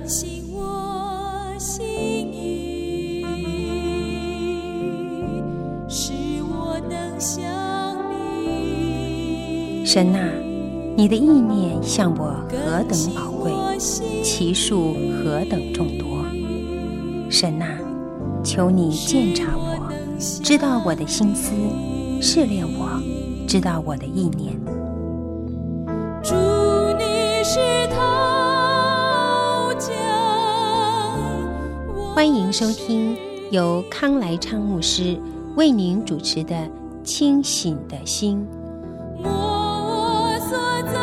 更新我心意，使我能像你。 神啊，你的意念向我何等宝贵，其数何等众多。神啊，求你鉴察我，知道我的心思，试炼我，知道我的意念。 主，你是陶匠， 欢迎收听由康来昌牧师为您主持的《清醒的心》。 我所造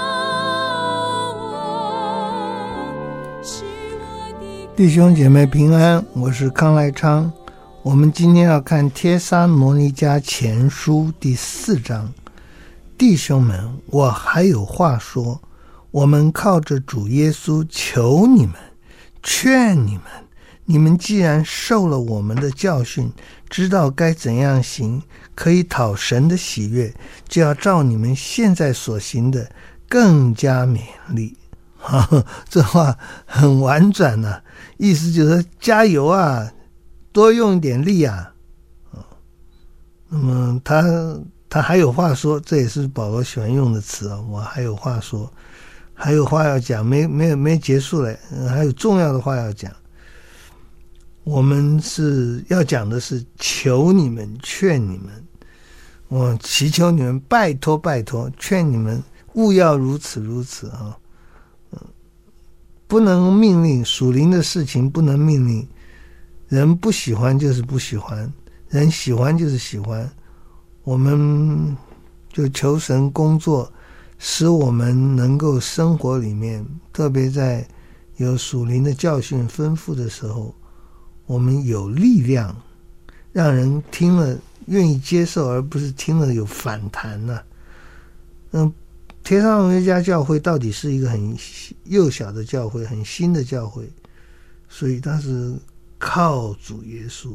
是我的。 弟兄姐妹平安，我是康来昌。我们今天要看帖撒罗尼迦前书第4章。弟兄们，我还有话说，我们靠着主耶稣求你们，劝你们，你们既然受了我们的教训，知道该怎样行，可以讨神的喜悦，就要照你们现在所行的更加勉励。这话很婉转啊，意思就是说加油啊，多用一点力啊。那么他还有话说，这也是保罗喜欢用的词啊。我还有话说，还有话要讲，没结束嘞，还有重要的话要讲。我们是要讲的是求你们，劝你们，我祈求你们，拜托拜托，劝你们务要如此如此啊。不能命令，属灵的事情不能命令，人不喜欢就是不喜欢，人喜欢就是喜欢。我们就求神工作，使我们能够生活里面，特别在有属灵的教训吩咐的时候，我们有力量，让人听了愿意接受，而不是听了有反弹啊。帖撒罗尼迦教会到底是一个很幼小的教会，很新的教会，所以它是靠主耶稣，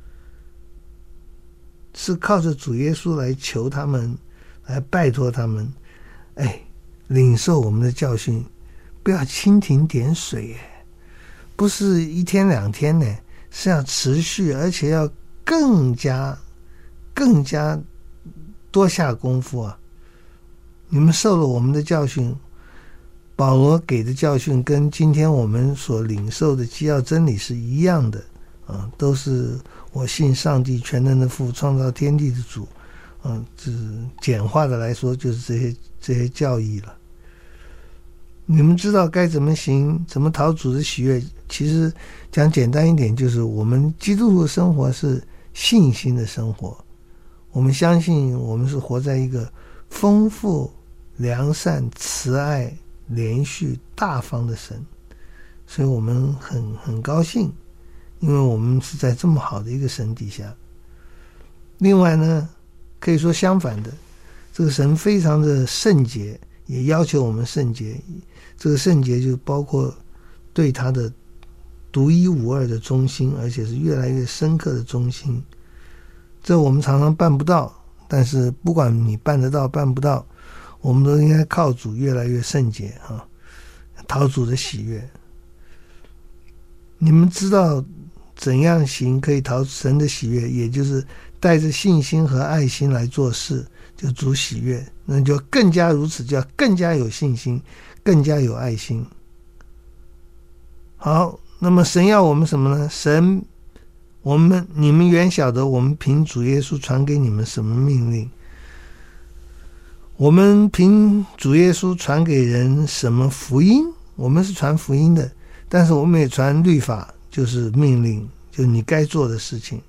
是靠着主耶稣来求他们，来拜托他们，领受我们的教训，不要蜻蜓点水，不是一天两天呢，是要持续，而且要更加多下功夫啊。你们受了我们的教训，保罗给的教训跟今天我们所领受的基要真理是一样的啊，都是我信上帝全能的父，创造天地的主，这简化的来说就是这些教义了。你们知道该怎么行，怎么讨主的喜悦。其实讲简单一点，就是我们基督徒的生活是信心的生活，我们相信我们是活在一个丰富良善慈爱连续大方的神，所以我们很高兴，因为我们是在这么好的一个神底下。另外呢，可以说相反的，这个神非常的圣洁，也要求我们圣洁。这个圣洁就包括对他的独一无二的忠心，而且是越来越深刻的忠心。这我们常常办不到，但是不管你办得到办不到，我们都应该靠主越来越圣洁啊，讨主的喜悦。你们知道怎样行可以讨神的喜悦，也就是带着信心和爱心来做事，就主喜悦，那就更加如此，就要更加有信心，更加有爱心。好，那么神要我们什么呢？神你们原晓得我们凭主耶稣传给你们什么命令，我们凭主耶稣传给人什么福音，我们是传福音的，但是我们也传律法，就是命令，就是你该做的事情。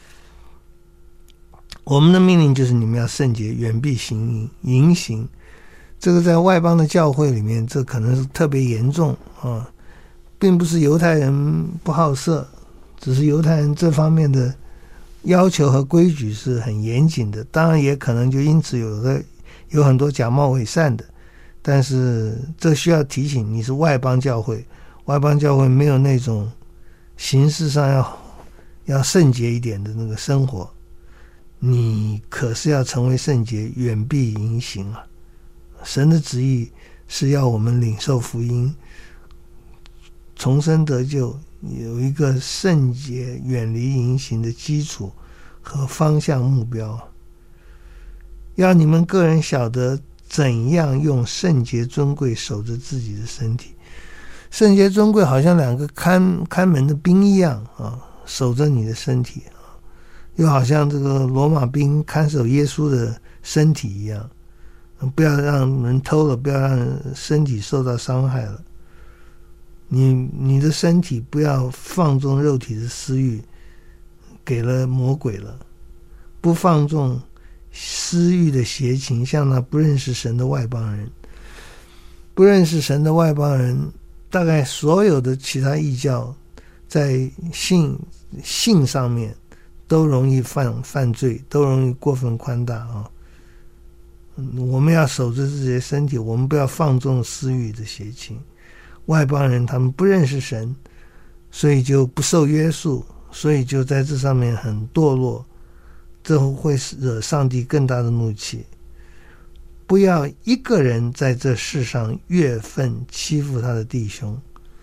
我们的命令就是你们要圣洁，远避淫行。这个在外邦的教会里面，这可能是特别严重啊，并不是犹太人不好色，只是犹太人这方面的要求和规矩是很严谨的。当然也可能就因此有很多假冒伪善的，但是这需要提醒，你是外邦教会，外邦教会没有那种形式上要圣洁一点的那个生活，你可是要成为圣洁，远避淫行啊。神的旨意是要我们领受福音， 重生得救有一个圣洁远离淫行的基础和方向目标，要你们个人晓得怎样用圣洁尊贵守着自己的身体。圣洁尊贵好像两个看门的兵一样啊，守着你的身体啊，又好像这个罗马兵看守耶稣的身体一样，不要让人偷了，不要让身体受到伤害了。你的身体不要放纵肉体的私欲，给了魔鬼了，不放纵私欲的邪情，像那不认识神的外邦人。不认识神的外邦人，大概所有的其他异教在性上面都容易犯罪，都容易过分宽大啊。我们要守着自己的身体，我们不要放纵私欲的邪情。外邦人他们不认识神，所以就不受约束，所以就在这上面很堕落，这会惹上帝更大的怒气。不要一个人在这世上越分欺负他的弟兄，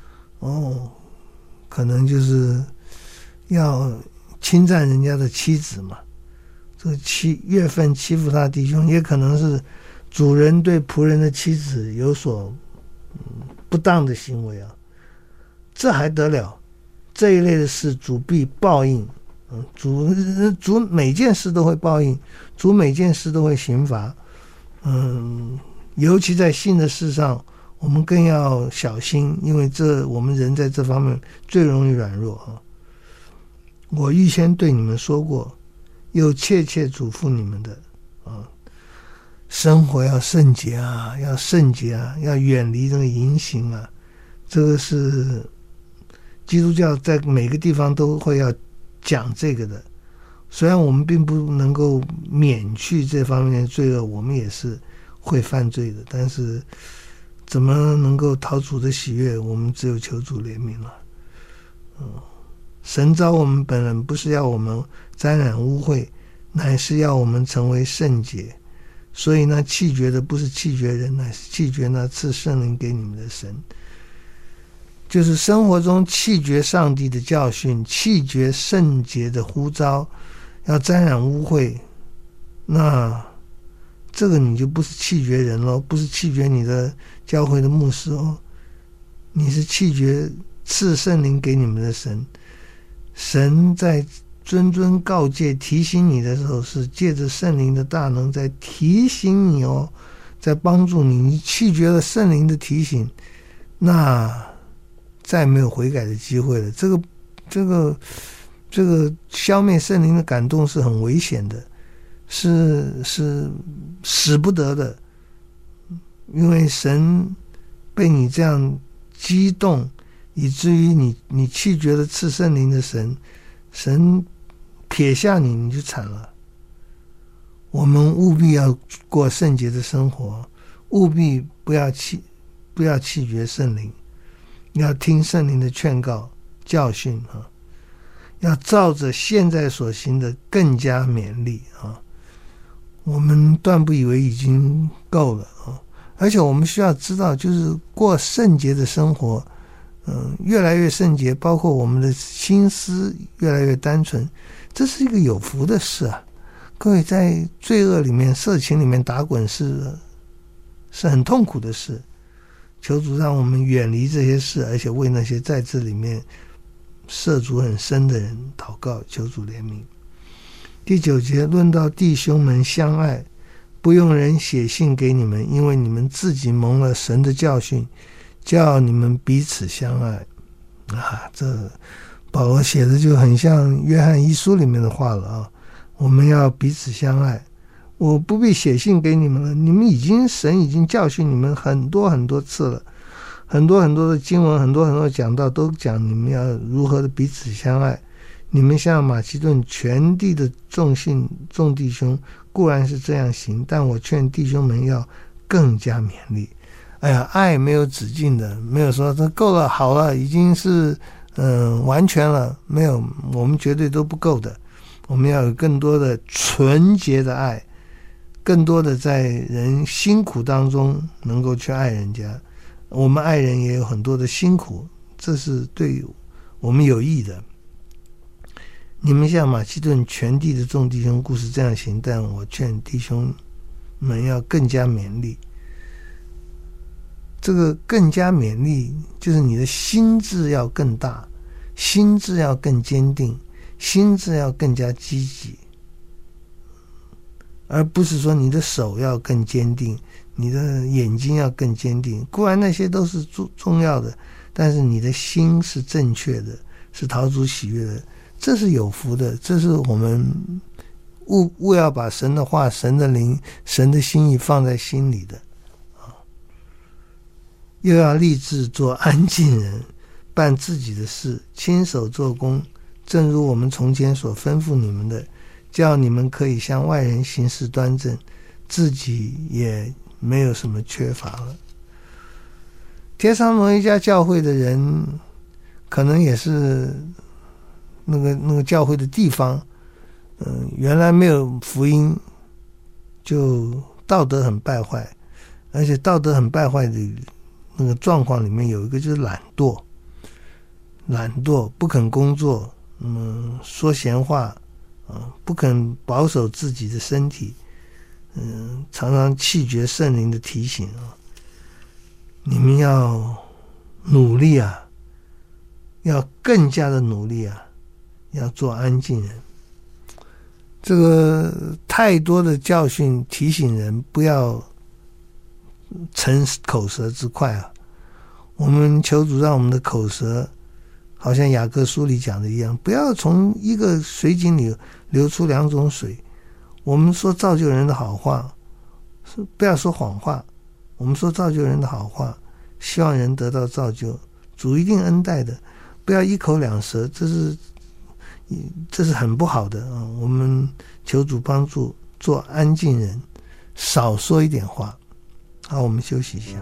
可能就是要侵占人家的妻子嘛。这个越分欺负他的弟兄，也可能是主人对仆人的妻子有所不当的行为啊，这还得了？这一类的事主必报应，主每件事都会报应，主每件事都会刑罚。尤其在性的事上，我们更要小心，因为我们人在这方面最容易软弱啊。我预先对你们说过，又切切嘱咐你们的啊，生活要圣洁啊，要圣洁啊，要远离这个淫行啊。这个是基督教在每个地方都会要讲这个的。虽然我们并不能够免去这方面的罪恶，我们也是会犯罪的，但是怎么能够讨主的喜悦，我们只有求主怜悯了。神召我们本人不是要我们沾染污秽，乃是要我们成为圣洁。所以呢，弃绝的不是弃绝人，乃是弃绝那赐圣灵给你们的神。就是生活中弃绝上帝的教训，弃绝圣洁的呼召，要沾染污秽，那这个你就不是弃绝人咯，不是弃绝你的教会的牧师哦，你是弃绝赐圣灵给你们的神。神在谆告诫提醒你的时候，是借着圣灵的大能在提醒你哦，在帮助你。你弃绝了圣灵的提醒，那再没有悔改的机会了。这个消灭圣灵的感动是很危险的，是使不得的。因为神被你这样激动，以至于你弃绝了赐圣灵的神撇下你，你就惨了。我们务必要过圣洁的生活，务必不要弃绝圣灵，要听圣灵的劝告教训啊，要照着现在所行的更加勉励啊。我们断不以为已经够了啊，而且我们需要知道，就是过圣洁的生活，越来越圣洁，包括我们的心思越来越单纯，这是一个有福的事啊。各位，在罪恶里面、色情里面打滚是很痛苦的事。求主让我们远离这些事，而且为那些在这里面涉足很深的人祷告，求主怜悯。第9节，论到弟兄们相爱，不用人写信给你们，因为你们自己蒙了神的教训，叫你们彼此相爱啊。这保罗写的就很像约翰一书里面的话了啊。我们要彼此相爱，我不必写信给你们了，你们神已经教训你们很多很多次了，很多很多的经文，很多很多的讲道都讲你们要如何的彼此相爱。你们像马其顿全地的众弟兄固然是这样行，但我劝弟兄们要更加勉励。哎呀，爱没有止境的，没有说这够了好了已经是完全了，没有，我们绝对都不够的。我们要有更多的纯洁的爱，更多的在人辛苦当中能够去爱人家。我们爱人也有很多的辛苦， 这是对我们有益的。你们像马其顿全地的众弟兄故事这样行，但我劝弟兄们要更加勉励。这个更加勉励，就是你的心智要更大，心智要更坚定，心智要更加积极，而不是说你的手要更坚定，你的眼睛要更坚定。固然那些都是重要的，但是你的心是正确的，是讨主喜悦的，这是有福的。这是我们务要把神的话、神的灵、神的心意放在心里的。又要立志做安静人，办自己的事，亲手做工，正如我们从前所吩咐你们的，叫你们可以向外人行事端正，自己也没有什么缺乏了。帖撒罗尼迦教会的人可能也是那个教会的地方，原来没有福音，就道德很败坏，而且道德很败坏的那个状况里面有一个就是懒惰，不肯工作，说闲话，不肯保守自己的身体，常常弃绝圣灵的提醒啊。你们要努力啊，要更加的努力啊，要做安静人。这个太多的教训提醒人不要逞口舌之快啊！我们求主让我们的口舌，好像雅各书里讲的一样，不要从一个水井里流出两种水。我们说造就人的好话，不要说谎话。我们说造就人的好话，希望人得到造就，主一定恩待的。不要一口两舌，这是很不好的啊！我们求主帮助做安静人，少说一点话。好，我们休息一下。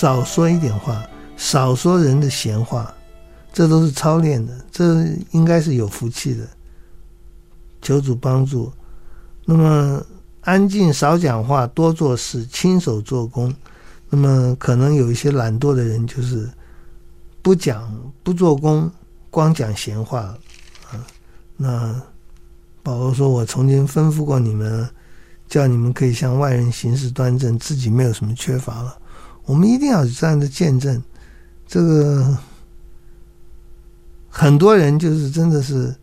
少说一点话，少说人的闲话，这都是操练的，这应该是有福气的，求主帮助。那么安静少讲话，多做事，亲手做工。那么可能有一些懒惰的人就是不讲不做工，光讲闲话了那保罗说，我曾经吩咐过你们，叫你们可以向外人行事端正，自己没有什么缺乏了。我们一定要有这样的见证。这个很多人就是真的是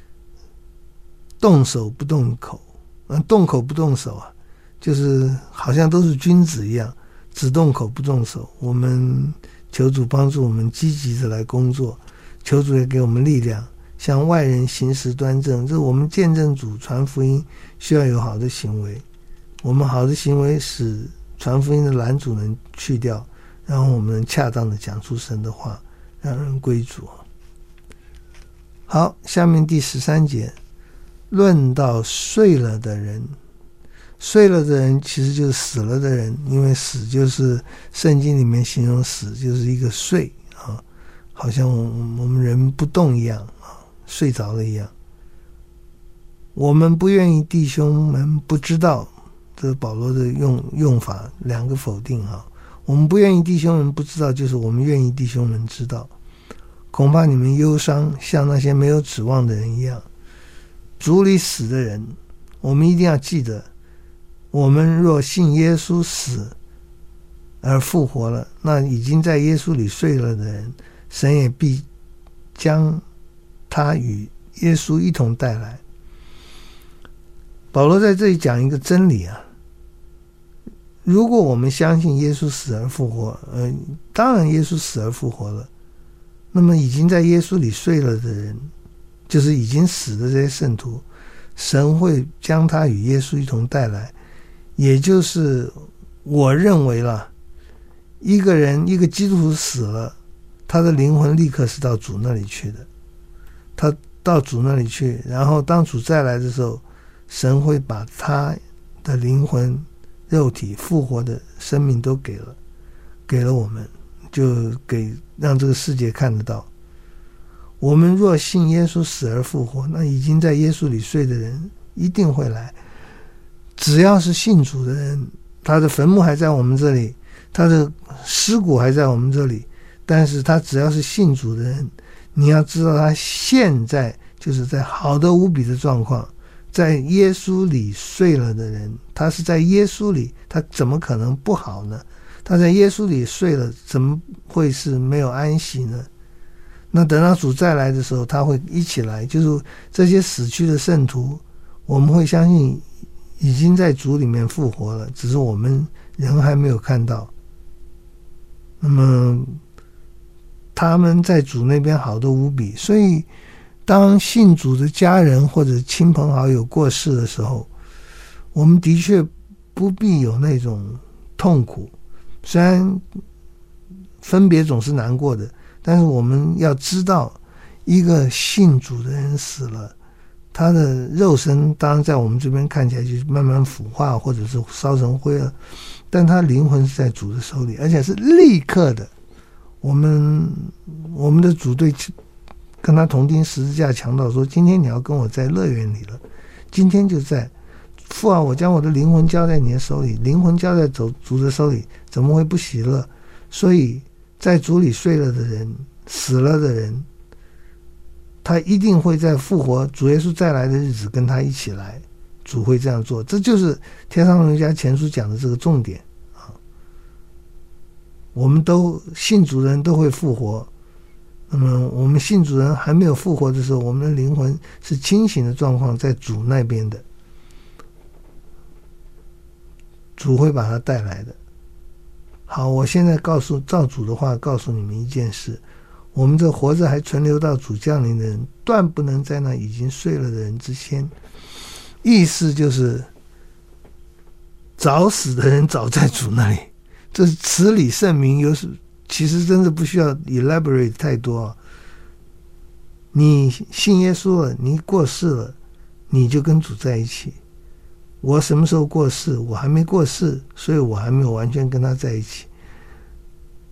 动手不动口，动口不动手就是好像都是君子一样，只动口不动手。我们求主帮助我们积极的来工作，求主也给我们力量，向外人行事端正。这是我们见证主传福音需要有好的行为，我们好的行为使传福音的拦阻能去掉，然后我们能恰当的讲出神的话，让人归主。好，下面第13节，论到睡了的人。睡了的人其实就是死了的人，因为死就是圣经里面形容死就是一个睡好像我们人不动一样睡着了一样。我们不愿意弟兄们不知道，这是保罗的用法，两个否定我们不愿意弟兄们不知道，就是我们愿意弟兄们知道。恐怕你们忧伤，像那些没有指望的人一样。主里死的人，我们一定要记得，我们若信耶稣死而复活了，那已经在耶稣里睡了的人，神也必将他与耶稣一同带来。保罗在这里讲一个真理如果我们相信耶稣死而复活，当然耶稣死而复活了，那么已经在耶稣里睡了的人，就是已经死的这些圣徒，神会将他与耶稣一同带来。也就是我认为啦，一个基督徒死了，他的灵魂立刻是到主那里去的，他到主那里去，然后当主再来的时候，神会把他的灵魂肉体复活的生命都给了我们，就让这个世界看得到。我们若信耶稣死而复活，那已经在耶稣里睡的人一定会来。只要是信主的人，他的坟墓还在我们这里，他的尸骨还在我们这里，但是他只要是信主的人，你要知道他现在就是在好的无比的状况，在耶稣里睡了的人，他是在耶稣里，他怎么可能不好呢？他在耶稣里睡了，怎么会是没有安息呢？那等到主再来的时候，他会一起来，就是这些死去的圣徒，我们会相信已经在主里面复活了，只是我们人还没有看到。那么他们在主那边好得无比，所以当信主的家人或者亲朋好友过世的时候，我们的确不必有那种痛苦，虽然分别总是难过的，但是我们要知道，一个信主的人死了，他的肉身当然在我们这边看起来就慢慢腐化或者是烧成灰了，但他灵魂是在主的手里，而且是立刻的。我们的主对跟他同钉十字架强盗说，今天你要跟我在乐园里了，今天就在。父啊，我将我的灵魂交在你的手里，灵魂交在主的手里，怎么会不喜乐？所以在主里睡了的人，死了的人，他一定会在复活主耶稣再来的日子跟他一起来，主会这样做。这就是天上人家前书讲的这个重点我们都信主的人都会复活，那么我们信主人还没有复活的时候，我们的灵魂是清醒的状况，在主那边的，主会把它带来的。好，我现在照主的话告诉你们一件事，我们这活着还存留到主降临的人，断不能在那已经睡了的人之先。意思就是早死的人早在主那里，这是此理圣明，其实真的不需要 elaborate 太多你信耶稣了，你过世了，你就跟主在一起。我什么时候过世？我还没过世，所以我还没有完全跟他在一起。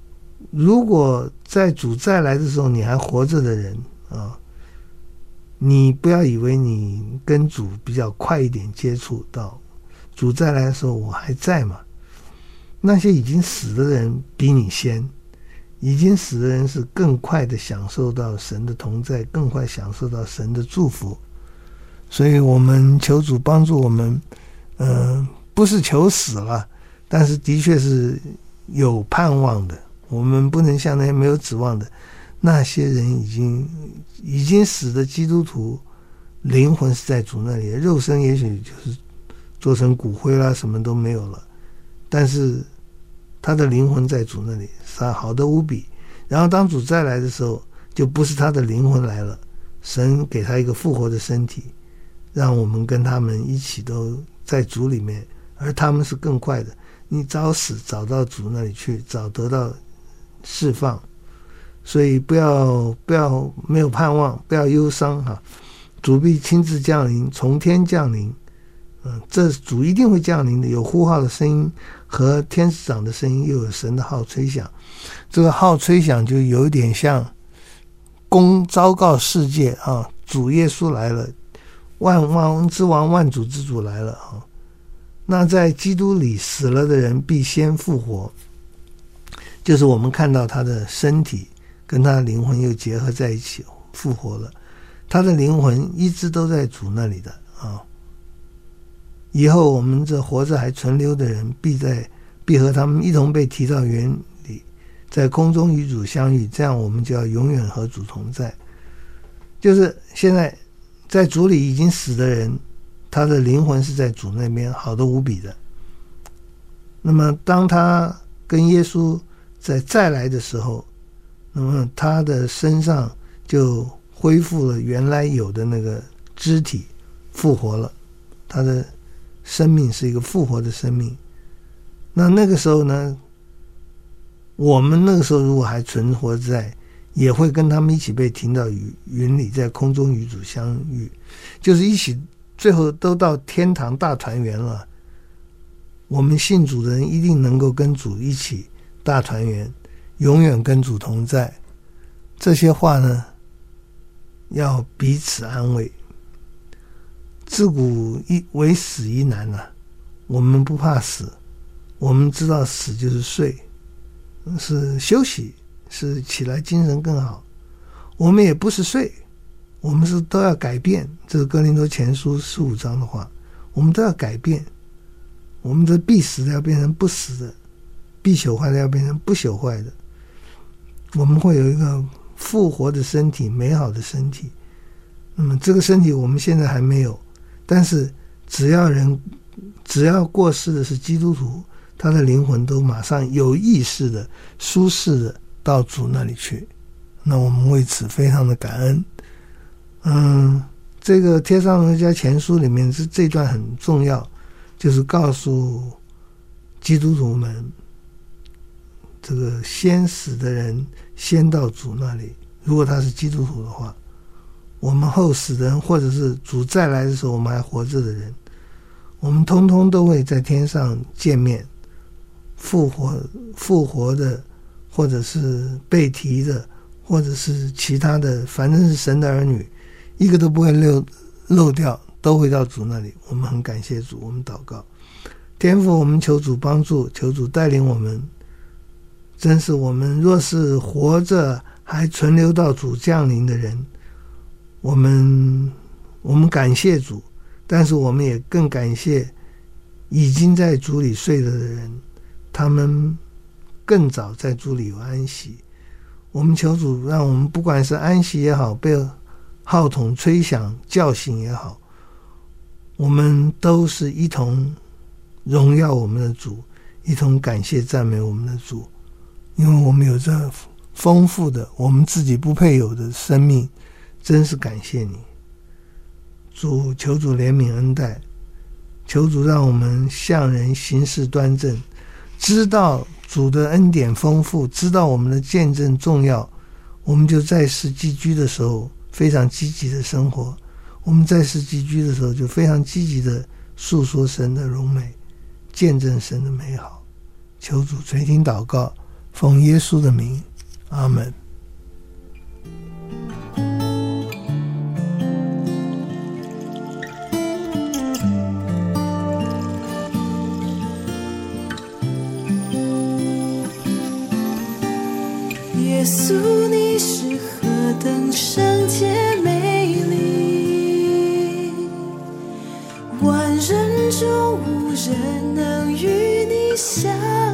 如果在主再来的时候你还活着的人啊，你不要以为你跟主比较快一点接触到，主再来的时候我还在嘛。那些已经死的人比你先，已经死的人是更快的享受到神的同在，更快享受到神的祝福。所以我们求主帮助我们，不是求死了，但是的确是有盼望的。我们不能像那些没有指望的，那些人已经死的基督徒，灵魂是在主那里，肉身也许就是做成骨灰啦，什么都没有了，但是他的灵魂在主那里，是好的无比。然后当主再来的时候，就不是他的灵魂来了，神给他一个复活的身体，让我们跟他们一起都在主里面，而他们是更快的。你早死找到主那里去，早得到释放。所以不要没有盼望，不要忧伤哈，主必亲自降临，从天降临。这主一定会降临的，有呼号的声音和天使长的声音，又有神的号吹响。这个号吹响就有点像昭告世界啊，主耶稣来了，万王之王，万主之主来了啊。那在基督里死了的人必先复活，就是我们看到他的身体跟他的灵魂又结合在一起复活了，他的灵魂一直都在主那里的啊。以后我们这活着还存留的人必和他们一同被提到园里，在空中与主相遇，这样我们就要永远和主同在。就是现在在主里已经死的人，他的灵魂是在主那边，好的无比的。那么当他跟耶稣再来的时候，那么他的身上就恢复了原来有的那个肢体，复活了，他的生命是一个复活的生命。那个时候呢，我们那个时候如果还存活在，也会跟他们一起被提到云里，在空中与主相遇，就是一起最后都到天堂大团圆了。我们信主的人一定能够跟主一起大团圆，永远跟主同在。这些话呢，要彼此安慰。自古为死亦难啊，我们不怕死，我们知道死就是睡，是休息，是起来精神更好。我们也不是睡，我们是都要改变。这是哥林多前书15章的话，我们都要改变。我们的必死的要变成不死的，必朽坏的要变成不朽坏的。我们会有一个复活的身体，美好的身体。那么这个身体我们现在还没有，但是只要过世的是基督徒，他的灵魂都马上有意识的、舒适的到主那里去。那我们为此非常的感恩。这个帖撒罗尼迦前书里面是这段很重要，就是告诉基督徒们，这个先死的人先到主那里，如果他是基督徒的话，我们后死的人，或者是主再来的时候我们还活着的人，我们通通都会在天上见面，复活的，或者是被提的，或者是其他的，反正是神的儿女，一个都不会漏掉，都会到主那里。我们很感谢主，我们祷告，天父，我们求主帮助，求主带领我们。真是我们若是活着还存留到主降临的人，我们感谢主，但是我们也更感谢已经在主里睡了的人，他们更早在主里有安息。我们求主让我们不管是安息也好，被号筒吹响叫醒也好，我们都是一同荣耀我们的主，一同感谢赞美我们的主，因为我们有这丰富的我们自己不配有的生命，真是感谢你主。求主怜悯恩待，求主让我们向人行事端正，知道主的恩典丰富，知道我们的见证重要，我们就在世寄居的时候非常积极的生活，我们在世寄居的时候就非常积极的诉说神的荣美，见证神的美好。求主垂听祷告， 奉耶稣的名，阿们。 耶稣，你是何等圣洁美丽，万人中无人能与你相